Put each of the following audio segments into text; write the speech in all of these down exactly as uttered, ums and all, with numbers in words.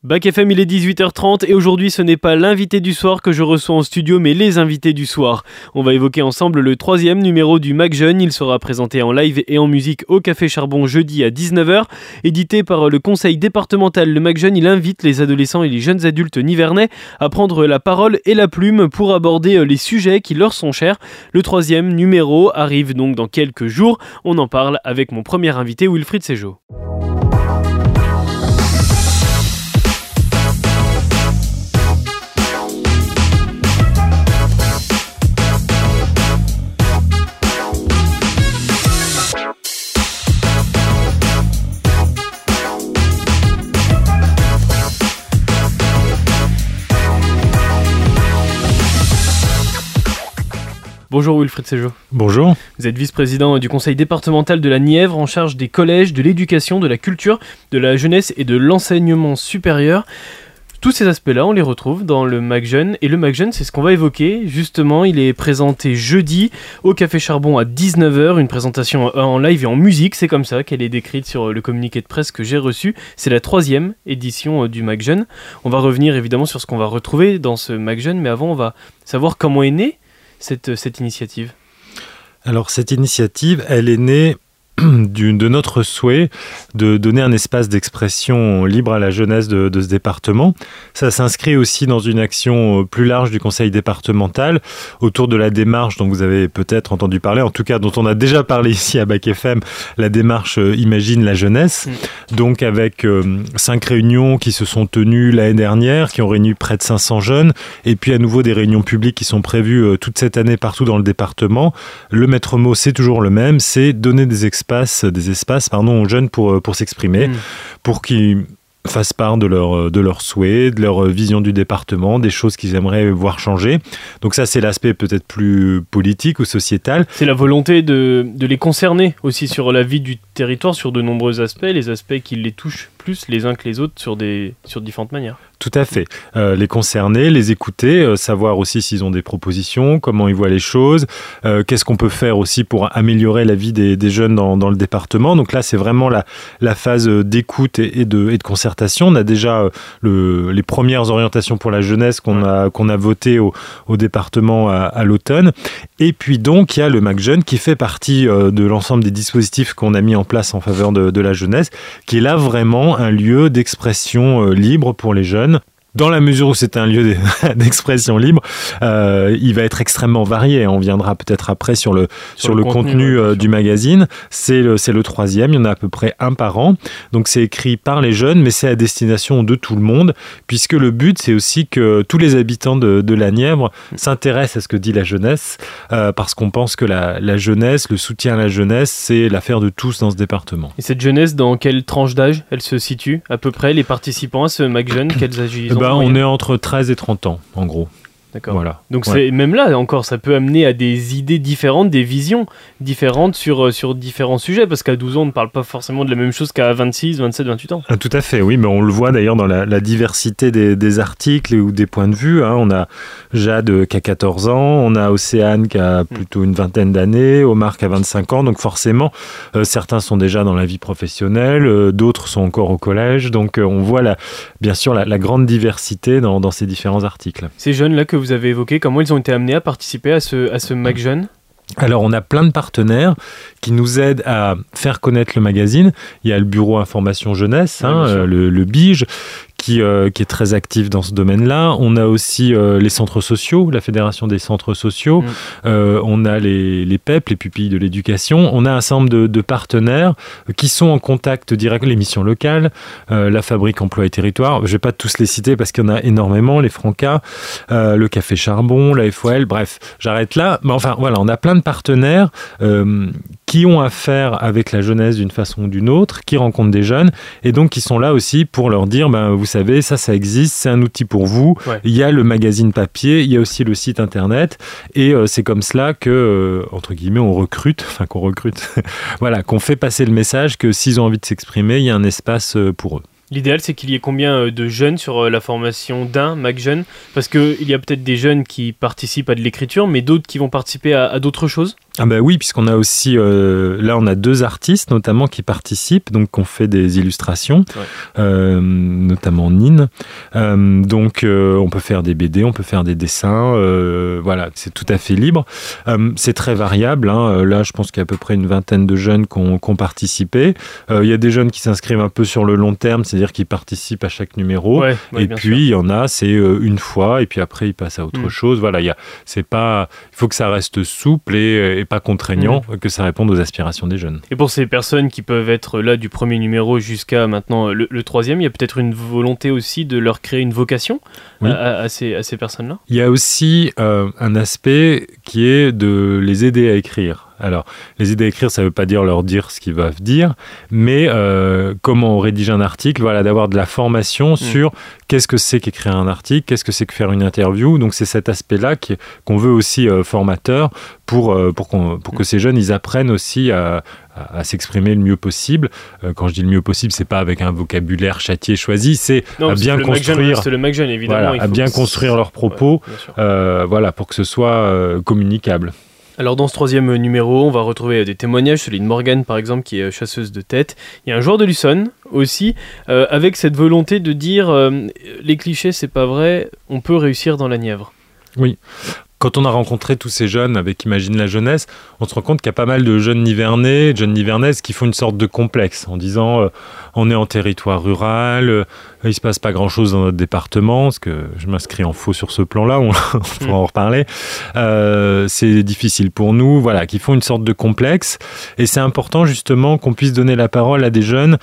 Bac F M, il est dix-huit heures trente et aujourd'hui ce n'est pas l'invité du soir que je reçois en studio mais les invités du soir. On va évoquer ensemble le troisième numéro du Mac Jeune. Il sera présenté en live et en musique au Café Charbon jeudi à dix-neuf heures. Édité par le conseil départemental, le Mac Jeune, il invite les adolescents et les jeunes adultes nivernais à prendre la parole et la plume pour aborder les sujets qui leur sont chers. Le troisième numéro arrive donc dans quelques jours. On en parle avec mon premier invité, Wilfried Séjot. Bonjour Wilfried Séjot. Bonjour. Vous êtes vice-président du conseil départemental de la Nièvre en charge des collèges, de l'éducation, de la culture, de la jeunesse et de l'enseignement supérieur. Tous ces aspects-là, on les retrouve dans le Mac Jeune. Et le Mac Jeune, c'est ce qu'on va évoquer. Justement, il est présenté jeudi au Café Charbon à dix-neuf heures. Une présentation en live et en musique. C'est comme ça qu'elle est décrite sur le communiqué de presse que j'ai reçu. C'est la troisième édition du Mac Jeune. On va revenir évidemment sur ce qu'on va retrouver dans ce Mac Jeune. Mais avant, on va savoir comment est née cette, cette initiative. Alors, cette initiative, elle est née Du, de notre souhait de donner un espace d'expression libre à la jeunesse de, de ce département. Ça s'inscrit aussi dans une action plus large du conseil départemental autour de la démarche dont vous avez peut-être entendu parler, en tout cas dont on a déjà parlé ici à Bac F M, la démarche euh, Imagine la jeunesse. Mmh. Donc avec euh, cinq réunions qui se sont tenues l'année dernière, qui ont réuni près de cinq cents jeunes, et puis à nouveau des réunions publiques qui sont prévues euh, toute cette année partout dans le département. Le maître mot, c'est toujours le même, c'est donner des espaces Espace, des espaces pardon, aux jeunes pour, pour s'exprimer, mmh. pour qu'ils fassent part de leurs de leurs souhaits, de leur vision du département, des choses qu'ils aimeraient voir changer. Donc ça, c'est l'aspect peut-être plus politique ou sociétal. C'est la volonté de, de les concerner aussi sur la vie du territoire, sur de nombreux aspects, les aspects qui les touchent plus les uns que les autres sur, des, sur différentes manières. Tout à fait. Euh, les concerner, les écouter, euh, savoir aussi s'ils ont des propositions, comment ils voient les choses, euh, qu'est-ce qu'on peut faire aussi pour améliorer la vie des, des jeunes dans, dans le département. Donc là, c'est vraiment la, la phase d'écoute et, et, de, et de concertation. On a déjà euh, le, les premières orientations pour la jeunesse qu'on ouais. a, qu'on a votées au, au département à, à l'automne. Et puis donc, il y a le Mac Jeune qui fait partie euh, de l'ensemble des dispositifs qu'on a mis en place en faveur de, de la jeunesse, qui est là vraiment un lieu d'expression euh, libre pour les jeunes. Dans la mesure où c'est un lieu d'expression libre, euh, il va être extrêmement varié. On viendra peut-être après sur le, sur, sur le, le contenu, contenu euh, du magazine. C'est le, c'est le troisième, il y en a à peu près un par an. Donc c'est écrit par les jeunes, mais c'est à destination de tout le monde, puisque le but, c'est aussi que tous les habitants de, de la Nièvre s'intéressent à ce que dit la jeunesse, euh, parce qu'on pense que la, la jeunesse, le soutien à la jeunesse, c'est l'affaire de tous dans ce département. Et cette jeunesse, dans quelle tranche d'âge elle se situe à peu près, les participants à ce Mac Jeune, quels âges ils ont? Ben, on est entre treize et trente ans, en gros. D'accord. Voilà. Donc ouais. c'est, même là encore, ça peut amener à des idées différentes, des visions différentes sur, sur différents sujets, parce qu'à douze ans, on ne parle pas forcément de la même chose qu'à vingt-six, vingt-sept, vingt-huit ans. Ah, tout à fait, oui, mais on le voit d'ailleurs dans la, la diversité des, des articles ou des points de vue. Hein. On a Jade qui a quatorze ans, on a Océane qui a plutôt une vingtaine d'années, Omar qui a vingt-cinq ans, donc forcément, euh, certains sont déjà dans la vie professionnelle, euh, d'autres sont encore au collège, donc euh, on voit la, bien sûr la, la grande diversité dans, dans ces différents articles. Ces jeunes-là que vous avez évoqué, comment ils ont été amenés à participer à ce, à ce Mac Jeune ? Alors, on a plein de partenaires qui nous aident à faire connaître le magazine. Il y a le Bureau Information Jeunesse, hein, euh, le, le B I J, qui, euh, qui est très actif dans ce domaine-là. On a aussi euh, les centres sociaux, la Fédération des centres sociaux. Mmh. Euh, on a les, les P E P, les pupilles de l'éducation. On a un certain nombre de, de partenaires qui sont en contact direct, les missions locales, euh, la Fabrique Emploi et Territoire. Je ne vais pas tous les citer parce qu'il y en a énormément, les Francas, euh, le Café Charbon, la F O L, bref, j'arrête là. Mais enfin, voilà, on a plein de partenaires euh, qui ont affaire avec la jeunesse d'une façon ou d'une autre, qui rencontrent des jeunes et donc qui sont là aussi pour leur dire, ben, vous savez, ça, ça existe, c'est un outil pour vous. Ouais. Il y a le magazine papier, il y a aussi le site internet et euh, c'est comme cela que, euh, entre guillemets, on recrute, enfin qu'on recrute, voilà, qu'on fait passer le message que s'ils ont envie de s'exprimer, il y a un espace euh, pour eux. L'idéal, c'est qu'il y ait combien de jeunes sur la formation d'un Mac Jeune ? Parce qu'il y a peut-être des jeunes qui participent à de l'écriture, mais d'autres qui vont participer à, à d'autres choses ? Ah bah oui, puisqu'on a aussi, euh, là on a deux artistes notamment qui participent, donc qui ont fait des illustrations, ouais. euh, notamment Nine. Euh, donc euh, on peut faire des B D, on peut faire des dessins, euh, voilà, c'est tout à fait libre. Euh, c'est très variable, hein. Là je pense qu'il y a à peu près une vingtaine de jeunes qui ont, qui ont participé. Euh, il y a des jeunes qui s'inscrivent un peu sur le long terme, c'est-à-dire qu'ils participent à chaque numéro, ouais, ouais, et puis sûr. il y en a, c'est une fois, et puis après ils passent à autre mmh. chose. Voilà, il y a, c'est pas, il faut que ça reste souple et, et pas contraignant, mmh. que ça réponde aux aspirations des jeunes. Et pour ces personnes qui peuvent être là du premier numéro jusqu'à maintenant le, le troisième, il y a peut-être une volonté aussi de leur créer une vocation oui. à, à, ces, à ces personnes-là ? Il y a aussi euh, un aspect qui est de les aider à écrire. Alors, les aider à écrire, ça ne veut pas dire leur dire ce qu'ils doivent dire, mais euh, comment on rédige un article, voilà, d'avoir de la formation mmh. sur qu'est-ce que c'est qu'écrire un article, qu'est-ce que c'est que faire une interview. Donc, c'est cet aspect-là qui, qu'on veut aussi euh, formateur pour, euh, pour, qu'on, pour que ces jeunes, ils apprennent aussi à, à, à s'exprimer le mieux possible. Euh, quand je dis le mieux possible, c'est pas avec un vocabulaire châtié choisi, c'est non, à bien construire, c'est le Mac Jeune, évidemment, voilà, à bien construire leurs propos, ouais, euh, voilà, pour que ce soit euh, communicable. Alors dans ce troisième numéro, on va retrouver des témoignages, celui de Morgane par exemple qui est chasseuse de tête. Il y a un joueur de Luçon aussi, euh, avec cette volonté de dire euh, les clichés c'est pas vrai, on peut réussir dans la Nièvre. Oui. Quand on a rencontré tous ces jeunes avec Imagine la jeunesse, on se rend compte qu'il y a pas mal de jeunes Nivernais, de jeunes Nivernaises qui font une sorte de complexe en disant euh, on est en territoire rural, euh, il ne se passe pas grand-chose dans notre département, parce que je m'inscris en faux sur ce plan-là, on, on pourra mmh. en reparler. Euh, c'est difficile pour nous, voilà, qui font une sorte de complexe. Et c'est important justement qu'on puisse donner la parole à des jeunes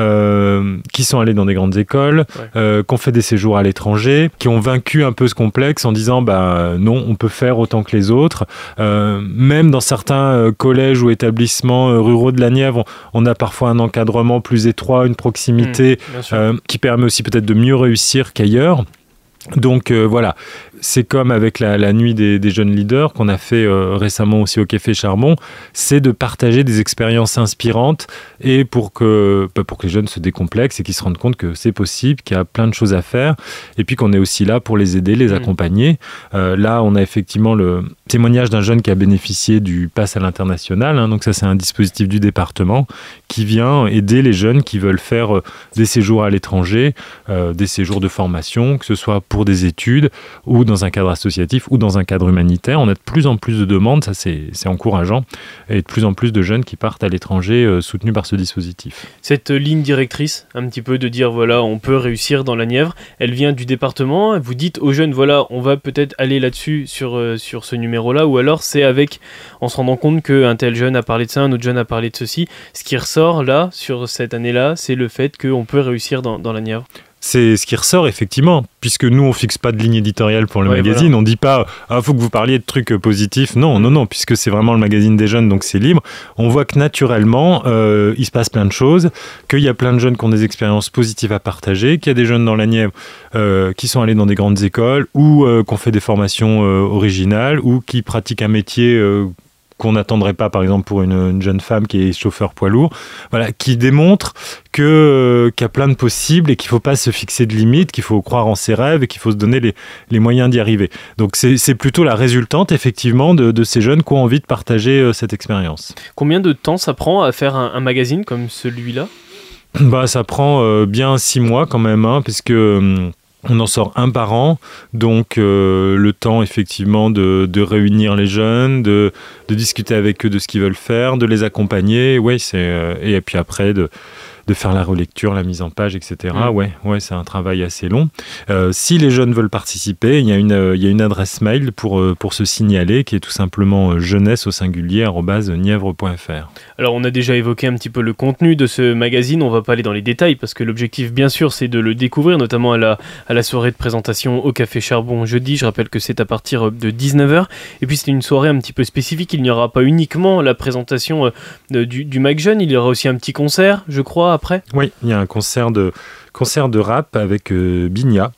euh, qui sont allés dans des grandes écoles, ouais. euh, qui ont fait des séjours à l'étranger, qui ont vaincu un peu ce complexe en disant bah, non, on peut faire autant que les autres. Euh, même dans certains euh, collèges ou établissements euh, ruraux de la Nièvre, on, on a parfois un encadrement plus étroit, une proximité mmh, euh, qui permet aussi peut-être de mieux réussir qu'ailleurs. Donc euh, voilà, c'est comme avec la, la nuit des, des jeunes leaders qu'on a fait euh, récemment aussi au Café Charbon, c'est de partager des expériences inspirantes et pour que, pour que les jeunes se décomplexent et qu'ils se rendent compte que c'est possible, qu'il y a plein de choses à faire et puis qu'on est aussi là pour les aider, les accompagner. Euh, là, on a effectivement le témoignage d'un jeune qui a bénéficié du Pass à l'international, hein, donc ça c'est un dispositif du département qui vient aider les jeunes qui veulent faire euh, des séjours à l'étranger, euh, des séjours de formation, que ce soit pour pour des études ou dans un cadre associatif ou dans un cadre humanitaire. On a de plus en plus de demandes, ça c'est, c'est encourageant, et de plus en plus de jeunes qui partent à l'étranger euh, soutenus par ce dispositif. Cette ligne directrice, un petit peu de dire voilà, on peut réussir dans la Nièvre, elle vient du département, vous dites aux jeunes voilà, on va peut-être aller là-dessus sur, euh, sur ce numéro-là, ou alors c'est avec, en se rendant compte qu'un tel jeune a parlé de ça, un autre jeune a parlé de ceci, ce qui ressort là, sur cette année-là, c'est le fait qu'on peut réussir dans, dans la Nièvre. C'est ce qui ressort effectivement, puisque nous on fixe pas de ligne éditoriale pour le ouais, magazine, voilà. On dit pas ah faut que vous parliez de trucs positifs, non non non, puisque c'est vraiment le magazine des jeunes donc c'est libre. On voit que naturellement euh, il se passe plein de choses, qu'il y a plein de jeunes qui ont des expériences positives à partager, qu'il y a des jeunes dans la Nièvre euh, qui sont allés dans des grandes écoles ou euh, qui ont fait des formations euh, originales ou qui pratiquent un métier euh, qu'on n'attendrait pas, par exemple, pour une, une jeune femme qui est chauffeur poids lourd, voilà, qui démontre que, euh, qu'il y a plein de possibles et qu'il ne faut pas se fixer de limites, qu'il faut croire en ses rêves et qu'il faut se donner les, les moyens d'y arriver. Donc c'est, c'est plutôt la résultante, effectivement, de, de ces jeunes qui ont envie de partager euh, cette expérience. Combien de temps ça prend à faire un, un magazine comme celui-là ? Bah, ça prend euh, bien six mois quand même, hein, puisque... Euh, on en sort un par an, donc euh, le temps effectivement de, de réunir les jeunes, de, de discuter avec eux de ce qu'ils veulent faire, de les accompagner, ouais, c'est, euh, et puis après de, de faire la relecture, la mise en page, et cetera. Mmh. Ouais, ouais, c'est un travail assez long. Euh, si les jeunes veulent participer, il y a une, euh, il y a une adresse mail pour, euh, pour se signaler qui est tout simplement euh, jeunesse au singulier arobase nièvre point f r. Alors on a déjà évoqué un petit peu le contenu de ce magazine, on va pas aller dans les détails parce que l'objectif bien sûr c'est de le découvrir, notamment à la, à la soirée de présentation au Café Charbon jeudi, je rappelle que c'est à partir de dix-neuf heures, et puis c'est une soirée un petit peu spécifique, il n'y aura pas uniquement la présentation euh, du, du Mac Jeune, il y aura aussi un petit concert, je crois, après. Oui, il y a un concert de, concert de rap avec euh, Bigna.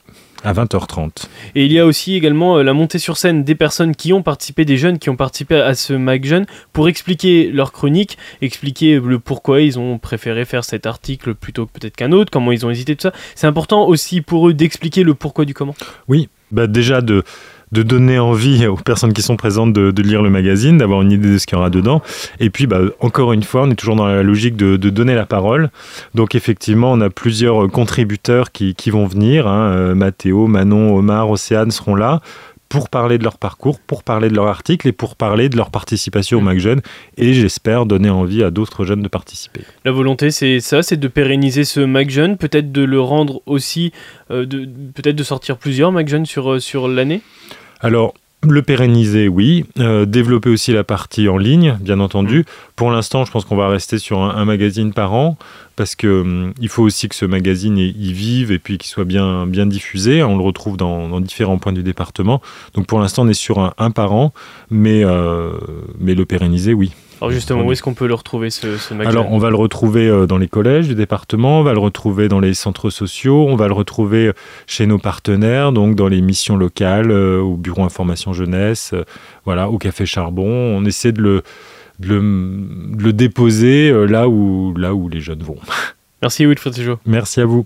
À vingt heures trente. Et il y a aussi également euh, la montée sur scène des personnes qui ont participé, des jeunes qui ont participé à ce MacJeune pour expliquer leur chronique, expliquer le pourquoi ils ont préféré faire cet article plutôt que peut-être qu'un autre, comment ils ont hésité, tout ça. C'est important aussi pour eux d'expliquer le pourquoi du comment. Oui, bah déjà de... de donner envie aux personnes qui sont présentes de, de lire le magazine, d'avoir une idée de ce qu'il y aura dedans. Et puis, bah, encore une fois, on est toujours dans la logique de, de donner la parole. Donc, effectivement, on a plusieurs contributeurs qui, qui vont venir. Hein. Euh, Mathéo, Manon, Omar, Océane seront là pour parler de leur parcours, pour parler de leur article et pour parler de leur participation au MacJeune. Et j'espère donner envie à d'autres jeunes de participer. La volonté, c'est ça, c'est de pérenniser ce MacJeune, peut-être de le rendre aussi, euh, de, peut-être de sortir plusieurs MacJeune sur, sur l'année. Alors, le pérenniser, oui. Euh, développer aussi la partie en ligne, bien entendu. Mmh. Pour l'instant, je pense qu'on va rester sur un, un magazine par an, parce qu'il hum, faut aussi que ce magazine y, y vive et puis qu'il soit bien, bien diffusé. On le retrouve dans, dans différents points du département. Donc pour l'instant, on est sur un, un par an, mais, euh, mais le pérenniser, oui. Alors justement, où est-ce qu'on peut le retrouver, ce, ce magazine ? Alors, on va le retrouver dans les collèges du département, on va le retrouver dans les centres sociaux, on va le retrouver chez nos partenaires, donc dans les missions locales, au bureau information jeunesse, voilà, au Café Charbon. On essaie de le, de le, de le déposer là où, là où les jeunes vont. Merci Wilfried Séchault. Merci à vous.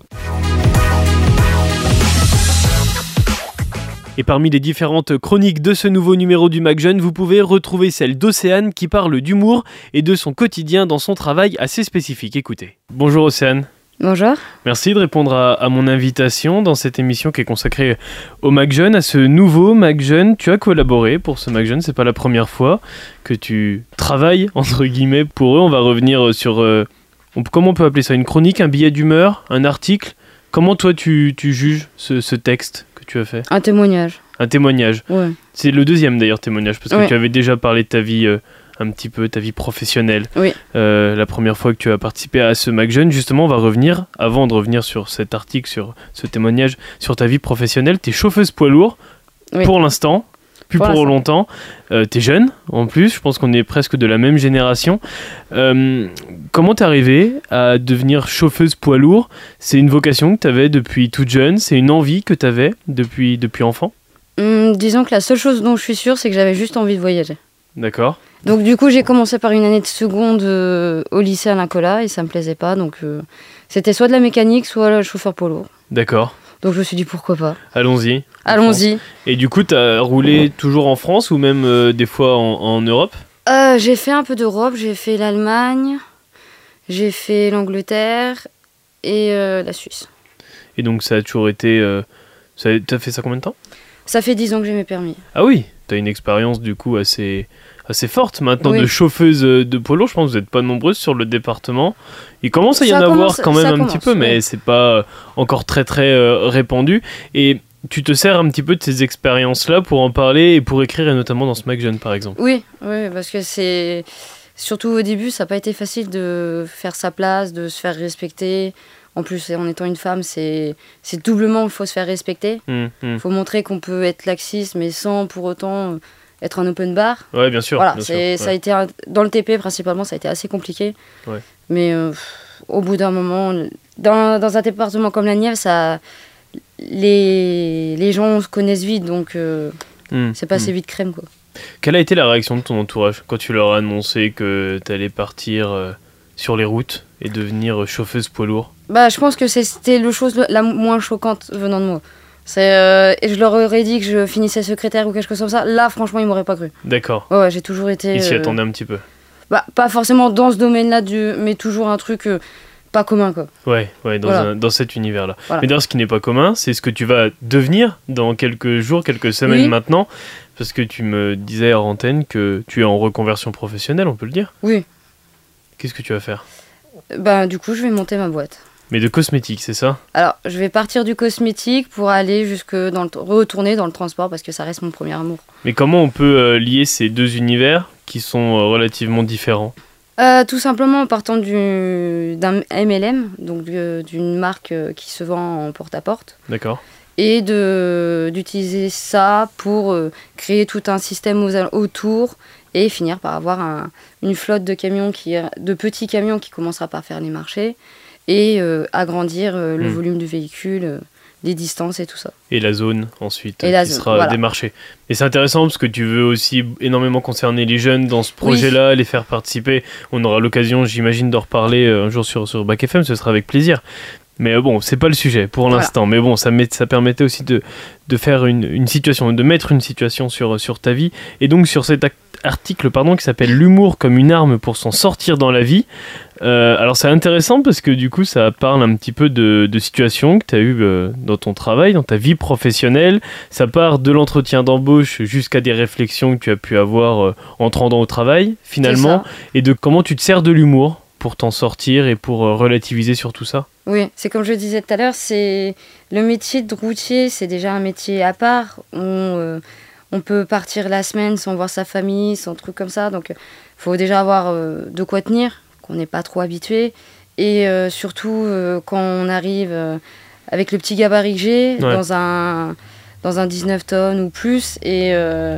Et parmi les différentes chroniques de ce nouveau numéro du MacJeune, vous pouvez retrouver celle d'Océane qui parle d'humour et de son quotidien dans son travail assez spécifique. Écoutez. Bonjour Océane. Bonjour. Merci de répondre à, à mon invitation dans cette émission qui est consacrée au MacJeune, à ce nouveau MacJeune. Tu as collaboré pour ce MacJeune, c'est pas la première fois que tu travailles entre guillemets pour eux. On va revenir sur, euh, on, comment on peut appeler ça, une chronique, un billet d'humeur, un article. Comment toi tu, tu juges ce, ce texte que tu as fait ? Un témoignage. Un témoignage. Ouais. C'est le deuxième d'ailleurs témoignage, parce que ouais. tu avais déjà parlé de ta vie, euh, un petit peu, ta vie professionnelle. Oui. Euh, la première fois que tu as participé à ce MacJeune, justement, on va revenir, avant de revenir sur cet article, sur ce témoignage, sur ta vie professionnelle. Tu es chauffeuse poids lourd, oui. pour l'instant, plus pour, pour longtemps. Euh, tu es jeune, en plus, je pense qu'on est presque de la même génération. Euh, comment t'es arrivée à devenir chauffeuse poids lourd ? C'est une vocation que tu avais depuis toute jeune, c'est une envie que tu avais depuis, depuis enfant ? Hum, disons que la seule chose dont je suis sûre, c'est que j'avais juste envie de voyager. D'accord. Donc du coup, j'ai commencé par une année de seconde euh, au lycée à Nicolas et ça me plaisait pas. Donc euh, c'était soit de la mécanique, soit le chauffeur poids lourd. D'accord. Donc je me suis dit pourquoi pas. Allons-y. Allons-y. Et du coup, tu as roulé toujours en France ou même euh, des fois en, en Europe ? euh, J'ai fait un peu d'Europe, j'ai fait l'Allemagne, j'ai fait l'Angleterre et euh, la Suisse. Et donc ça a toujours été... Euh, ça, t'as fait ça combien de temps ? Ça fait dix ans que j'ai mes permis. Ah oui, t'as une expérience du coup assez... assez forte maintenant oui. de chauffeuse de poids lourd. Je pense que vous n'êtes pas nombreuses sur le département. Il commence à y ça en commence, avoir quand même un commence, petit peu, ouais. mais c'est pas encore très très euh, répandu. Et tu te sers un petit peu de ces expériences-là pour en parler et pour écrire, et notamment dans ce MacJeune par exemple. Oui, oui, parce que c'est... Surtout au début, ça n'a pas été facile de faire sa place, de se faire respecter. En plus, en étant une femme, c'est, c'est doublement il faut se faire respecter. Il mmh, mmh. faut montrer qu'on peut être laxiste, mais sans pour autant... être un open bar. Ouais, bien sûr. Voilà, bien c'est, sûr, ça ouais. a été un, dans le T P principalement, ça a été assez compliqué. Ouais. Mais euh, au bout d'un moment, dans, dans un département comme la Nièvre, ça, les, les gens se connaissent vite, donc euh, mmh, c'est passé mmh. vite crème, quoi. Quelle a été la réaction de ton entourage quand tu leur as annoncé que tu allais partir euh, sur les routes et devenir chauffeuse poids lourd ? Bah, je pense que c'était la chose la moins choquante venant de moi. C'est, euh, et je leur aurais dit que je finissais secrétaire ou quelque chose comme ça. Là, franchement, ils m'auraient pas cru. D'accord. Ouais, ouais, j'ai toujours été... Ils s'y euh... attendaient un petit peu. Bah, pas forcément dans ce domaine-là, du... mais toujours un truc euh, pas commun, quoi. Ouais, ouais, dans, voilà. un, dans cet univers-là. Voilà. Mais d'ailleurs, ce qui n'est pas commun, c'est ce que tu vas devenir dans quelques jours, quelques semaines oui. maintenant. Parce que tu me disais hors antenne que tu es en reconversion professionnelle, on peut le dire ? Oui. Qu'est-ce que tu vas faire ? Bah, du coup, je vais monter ma boîte. Mais de cosmétiques, c'est ça ? Alors, je vais partir du cosmétique pour aller jusque dans le t- retourner dans le transport parce que ça reste mon premier amour. Mais comment on peut euh, lier ces deux univers qui sont euh, relativement différents ? euh, Tout simplement en partant du, d'un M L M, donc du, d'une marque euh, qui se vend en porte-à-porte. D'accord. Et de, d'utiliser ça pour euh, créer tout un système aux, autour et finir par avoir un, une flotte de camions, qui, de petits camions qui commencera par faire les marchés. Et euh, agrandir euh, le mmh. volume de véhicules euh, les distances et tout ça. Et la zone ensuite et qui la zone, sera voilà. démarchée. Et c'est intéressant parce que tu veux aussi énormément concerner les jeunes dans ce projet-là, oui. les faire participer. On aura l'occasion, j'imagine, d'en reparler un jour sur, sur Bac F M, ce sera avec plaisir. Mais bon, c'est pas le sujet pour l'instant. Voilà. Mais bon, ça, met, ça permettait aussi de, de faire une, une situation, de mettre une situation sur, sur ta vie. Et donc sur cet article pardon, qui s'appelle « L'humour comme une arme pour s'en sortir dans la vie ». Euh, alors c'est intéressant parce que du coup ça parle un petit peu de, de situations que tu as eues euh, dans ton travail, dans ta vie professionnelle. Ça part de l'entretien d'embauche jusqu'à des réflexions que tu as pu avoir euh, en te rendant au travail finalement. Et de comment tu te sers de l'humour pour t'en sortir et pour euh, relativiser sur tout ça. Oui, c'est comme je disais tout à l'heure, c'est le métier de routier, c'est déjà un métier à part. On, euh, on peut partir la semaine sans voir sa famille, sans trucs comme ça. Donc il faut déjà avoir euh, de quoi tenir, qu'on n'est pas trop habitué. Et euh, surtout, euh, quand on arrive euh, avec le petit gabarit que j'ai, ouais. dans, un, dans un dix-neuf tonnes ou plus, et il euh,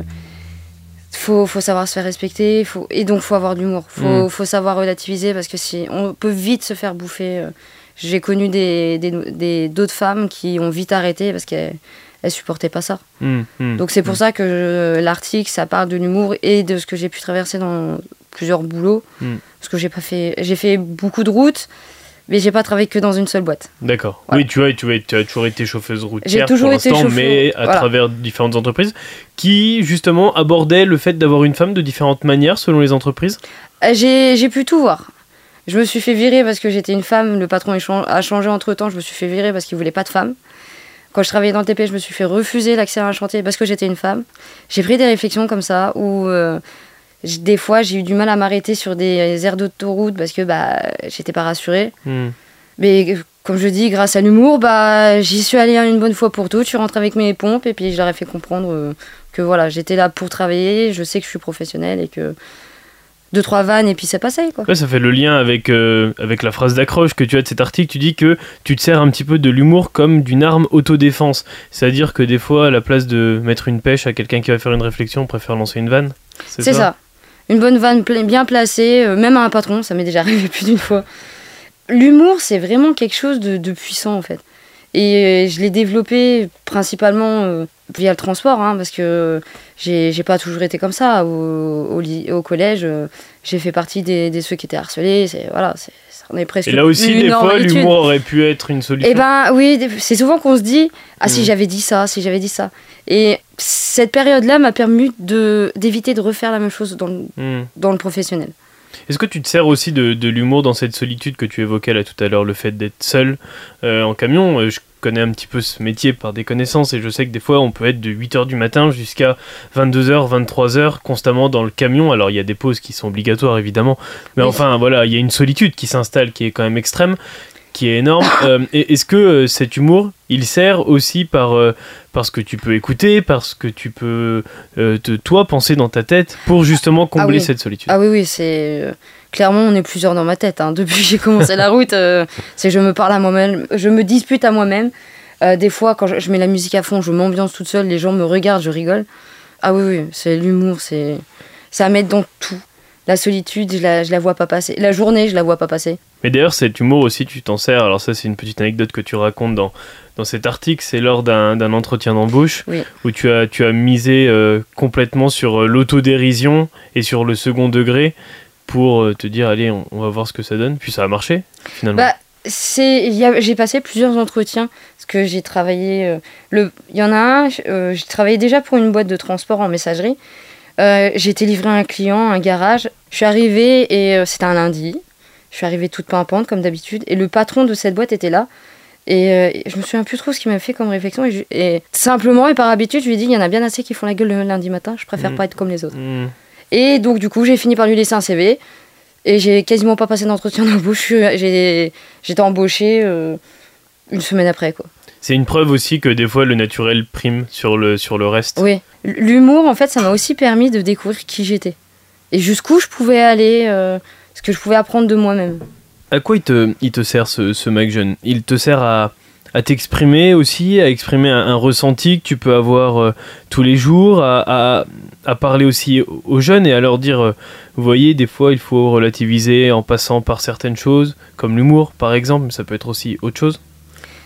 faut, faut savoir se faire respecter. Faut, et donc, il faut avoir de l'humour. Il faut, mmh. faut savoir relativiser parce que si, on peut vite se faire bouffer. Euh, j'ai connu des, des, des, d'autres femmes qui ont vite arrêté parce qu'elles ne supportaient pas ça. Mmh, mmh, donc, c'est pour mmh. ça que je, l'article, ça parle de l'humour et de ce que j'ai pu traverser dans plusieurs boulots. Mmh. Parce que j'ai pas fait, j'ai fait beaucoup de routes, mais j'ai pas travaillé que dans une seule boîte. D'accord. Voilà. Oui, tu vois, tu, as, tu as toujours été chauffeuse routière j'ai toujours pour été l'instant, chauffeur, mais à voilà. travers différentes entreprises qui, justement, abordaient le fait d'avoir une femme de différentes manières selon les entreprises. J'ai, j'ai pu tout voir. Je me suis fait virer parce que j'étais une femme, le patron a changé entre-temps, je me suis fait virer parce qu'il voulait pas de femme. Quand je travaillais dans le T P, je me suis fait refuser l'accès à un chantier parce que j'étais une femme. J'ai pris des réflexions comme ça où... Euh, des fois, j'ai eu du mal à m'arrêter sur des aires d'autoroute parce que bah, j'étais pas rassurée. Mmh. Mais comme je dis, grâce à l'humour, bah, j'y suis allée une bonne fois pour toutes. Je rentre avec mes pompes et puis je leur ai fait comprendre que voilà, j'étais là pour travailler. Je sais que je suis professionnelle et que deux, trois vannes et puis c'est passé. Quoi. Ouais, ça fait le lien avec, euh, avec la phrase d'accroche que tu as de cet article. Tu dis que tu te sers un petit peu de l'humour comme d'une arme autodéfense. C'est-à-dire que des fois, à la place de mettre une pêche à quelqu'un qui va faire une réflexion, on préfère lancer une vanne. C'est, c'est ça, ça. Une bonne vanne bien placée, euh, même à un patron, ça m'est déjà arrivé plus d'une fois. L'humour, c'est vraiment quelque chose de, de puissant, en fait. Et euh, je l'ai développé principalement euh, via le transport, hein, parce que j'ai, j'ai pas toujours été comme ça. Au, au, au collège, euh, j'ai fait partie des, des ceux qui étaient harcelés. C'est, voilà, c'est, on est presque. Et là aussi, des fois, l'humour aurait pu être une solution. Eh ben oui, c'est souvent qu'on se dit « Ah, mmh. si j'avais dit ça, si j'avais dit ça ». Et cette période-là m'a permis de, d'éviter de refaire la même chose dans le, mmh. dans le professionnel. Est-ce que tu te sers aussi de, de l'humour dans cette solitude que tu évoquais là tout à l'heure, le fait d'être seul euh, en camion? Je connais un petit peu ce métier par des connaissances et je sais que des fois on peut être de huit heures du matin jusqu'à vingt-deux heures, vingt-trois heures constamment dans le camion. Alors il y a des pauses qui sont obligatoires évidemment, mais oui. enfin voilà, il y a une solitude qui s'installe qui est quand même extrême, qui est énorme. euh, et est-ce que euh, cet humour, il sert aussi par, euh, par ce que tu peux écouter, parce que tu peux, euh, te, toi, penser dans ta tête pour justement combler ah oui. cette solitude? Ah oui, oui, c'est... Euh, clairement, on est plusieurs dans ma tête. Hein. Depuis que j'ai commencé la route, euh, c'est je me parle à moi-même, je me dispute à moi-même. Euh, des fois, quand je, je mets la musique à fond, je m'ambiance toute seule, les gens me regardent, je rigole. Ah oui, oui, c'est l'humour, c'est... ça m'aide dans tout. La solitude, je la, je la vois pas passer. La journée, je la vois pas passer. Mais d'ailleurs, cet humour aussi, tu t'en sers. Alors ça, c'est une petite anecdote que tu racontes dans, dans cet article. C'est lors d'un, d'un entretien d'embauche oui. où tu as, tu as misé euh, complètement sur l'autodérision et sur le second degré pour euh, te dire, allez, on, on va voir ce que ça donne. Puis ça a marché, finalement. Bah, c'est, y a, j'ai passé plusieurs entretiens parce que j'ai travaillé... Euh, le, y en a un, euh, j'ai travaillé déjà pour une boîte de transport en messagerie. Euh, j'ai été livrée à un client, un garage. Je suis arrivée et euh, c'était un lundi. Je suis arrivée toute pimpante comme d'habitude. Et le patron de cette boîte était là. Et euh, je me souviens plus trop ce qu'il m'a fait comme réflexion. Et, je, et simplement et par habitude, je lui ai dit, il y en a bien assez qui font la gueule le lundi matin. Je préfère mmh. pas être comme les autres. Mmh. Et donc du coup, j'ai fini par lui laisser un C V. Et j'ai quasiment pas passé d'entretien d'embauche. J'ai, j'étais embauchée euh, une semaine après, quoi. C'est une preuve aussi que des fois le naturel prime sur le, sur le reste. Oui, l'humour en fait ça m'a aussi permis de découvrir qui j'étais et jusqu'où je pouvais aller, euh, ce que je pouvais apprendre de moi-même. À quoi il te, il te sert ce, ce MacJeune? Il te sert à, à t'exprimer aussi, à exprimer un, un ressenti que tu peux avoir euh, tous les jours, à, à, à parler aussi aux jeunes et à leur dire, euh, vous voyez, des fois il faut relativiser en passant par certaines choses, comme l'humour par exemple, mais ça peut être aussi autre chose.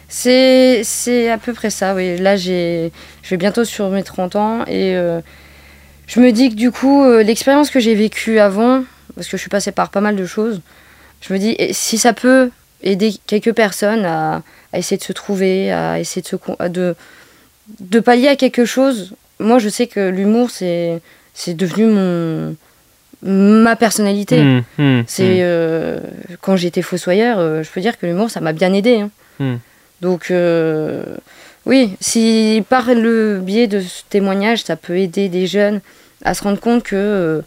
C'est, c'est à peu près ça, oui. Là, j'ai, je vais bientôt sur mes trente ans et euh, je me dis que du coup, euh, l'expérience que j'ai vécue avant, parce que je suis passée par pas mal de choses, je me dis, si ça peut aider quelques personnes à, à essayer de se trouver, à essayer de, se, de, de pallier à quelque chose, moi, je sais que l'humour, c'est, c'est devenu mon... ma personnalité. Mmh, mmh, c'est euh, quand j'étais fossoyeur, euh, je peux dire que l'humour, ça m'a bien aidé. Hein. Mmh. Donc, euh, oui, si par le biais de ce témoignage, ça peut aider des jeunes à se rendre compte que euh,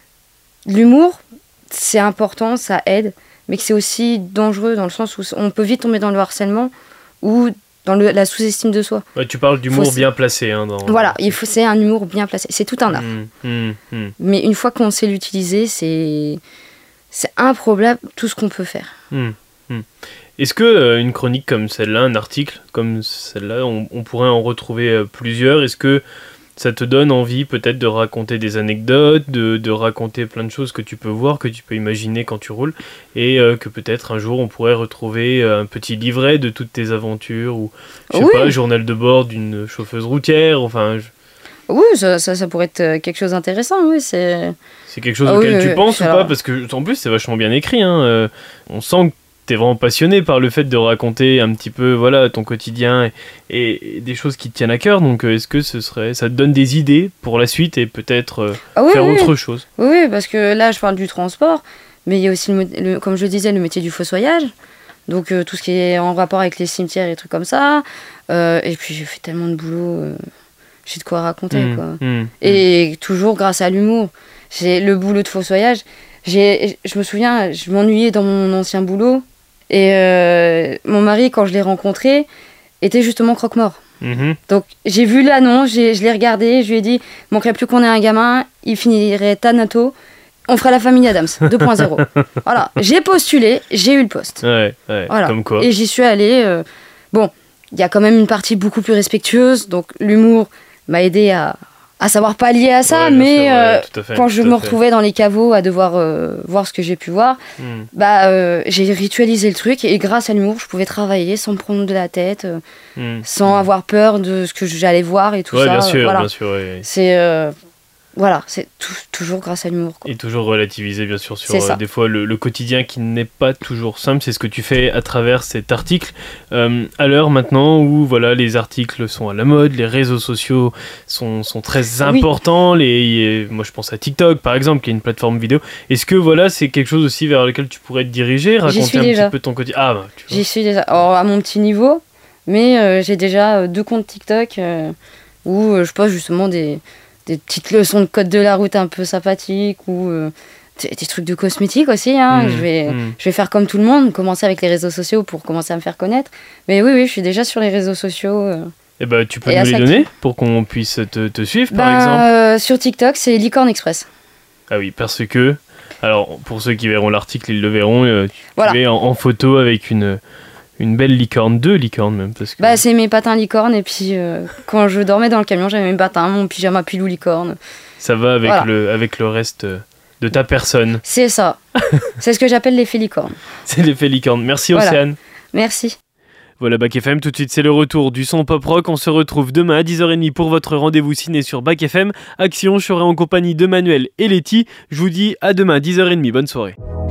l'humour, c'est important, ça aide, mais que c'est aussi dangereux dans le sens où on peut vite tomber dans le harcèlement ou dans le, la sous-estime de soi. Ouais, tu parles d'humour faut, bien placé. Hein, dans... Voilà, il faut, c'est un humour bien placé. C'est tout un art. Mmh, mmh, mmh. Mais une fois qu'on sait l'utiliser, c'est, c'est improbable tout ce qu'on peut faire. Mmh, mmh. Est-ce que euh, une chronique comme celle-là, un article comme celle-là, on, on pourrait en retrouver euh, plusieurs ? Est-ce que ça te donne envie peut-être de raconter des anecdotes, de, de raconter plein de choses que tu peux voir, que tu peux imaginer quand tu roules, et euh, que peut-être un jour on pourrait retrouver un petit livret de toutes tes aventures, ou je sais oui. pas, journal de bord d'une chauffeuse routière, enfin... Je... Oui, ça, ça, ça pourrait être quelque chose d'intéressant, oui, c'est... C'est quelque chose ah, auquel oui, tu oui, penses ou alors... pas ? Parce que en plus c'est vachement bien écrit, hein. Euh, on sent que t'es vraiment passionné par le fait de raconter un petit peu voilà, ton quotidien et, et, et des choses qui te tiennent à cœur. Donc est-ce que ce serait, ça te donne des idées pour la suite et peut-être euh, ah oui, faire oui. autre chose ? Oui, parce que là je parle du transport, mais il y a aussi, le, le, comme je le disais, le métier du fossoyage. Donc euh, tout ce qui est en rapport avec les cimetières et trucs comme ça. Euh, et puis j'ai fait tellement de boulot, euh, j'ai de quoi raconter. Mmh, quoi. Mmh, et mmh. toujours grâce à l'humour. J'ai le boulot de fossoyage. J'ai, je me souviens, je m'ennuyais dans mon ancien boulot. Et euh, mon mari, quand je l'ai rencontré, était justement croque-mort. Mmh. Donc j'ai vu l'annonce, j'ai, je l'ai regardé, je lui ai dit, il ne manquerait plus qu'on ait un gamin, il finirait Thanato, on ferait la famille Adams deux point zéro. Voilà, j'ai postulé, j'ai eu le poste. Ouais, ouais, voilà. Comme quoi. Et j'y suis allée. Euh, bon, il y a quand même une partie beaucoup plus respectueuse, donc l'humour m'a aidé à... à savoir pallier à ça, ouais, mais sûr, euh, ouais, fait, quand je me retrouvais dans les caveaux à devoir euh, voir ce que j'ai pu voir, mm. bah, euh, j'ai ritualisé le truc et grâce à l'humour, je pouvais travailler sans me prendre de la tête, euh, mm. sans mm. avoir peur de ce que j'allais voir et tout ouais, ça. Bien sûr, voilà. bien sûr. Ouais. C'est, euh, voilà, c'est tout, toujours grâce à l'humour. Quoi. Et toujours relativiser, bien sûr, sur euh, des fois le, le quotidien qui n'est pas toujours simple. C'est ce que tu fais à travers cet article. Euh, à l'heure maintenant où voilà, les articles sont à la mode, les réseaux sociaux sont, sont très importants. Oui. Les, moi, je pense à TikTok, par exemple, qui est une plateforme vidéo. Est-ce que voilà, c'est quelque chose aussi vers lequel tu pourrais te diriger, raconter un déjà. petit peu ton quotidien ? Ah, bah, tu vois. J'y suis déjà. Alors, à mon petit niveau, mais euh, j'ai déjà deux comptes TikTok euh, où euh, je poste justement des... des petites leçons de code de la route un peu sympathiques ou euh, des, des trucs de cosmétiques aussi. Hein. Mmh, je, vais, mmh. je vais faire comme tout le monde, commencer avec les réseaux sociaux pour commencer à me faire connaître. Mais oui, oui, je suis déjà sur les réseaux sociaux. Euh, et bah, tu peux nous les donner pour qu'on puisse te, te suivre, bah, par exemple euh, Sur TikTok, c'est Licorne Express. Ah oui, parce que... Alors, pour ceux qui verront l'article, ils le verront. Euh, tu voilà. es en, en photo avec une... Une belle licorne, deux licornes même. Parce que... Bah, c'est mes patins licornes, et puis euh, quand je dormais dans le camion, j'avais mes patins, mon pyjama pilou licorne. Ça va avec, voilà. le, avec le reste de ta personne. C'est ça. C'est ce que j'appelle l'effet licorne. C'est l'effet licorne. Merci voilà. Océane. Merci. Voilà, Bac F M, tout de suite c'est le retour du son pop-rock. On se retrouve demain à dix heures trente pour votre rendez-vous ciné sur Bac F M. Action, je serai en compagnie de Manuel et Letty. Je vous dis à demain à dix heures trente. Bonne soirée.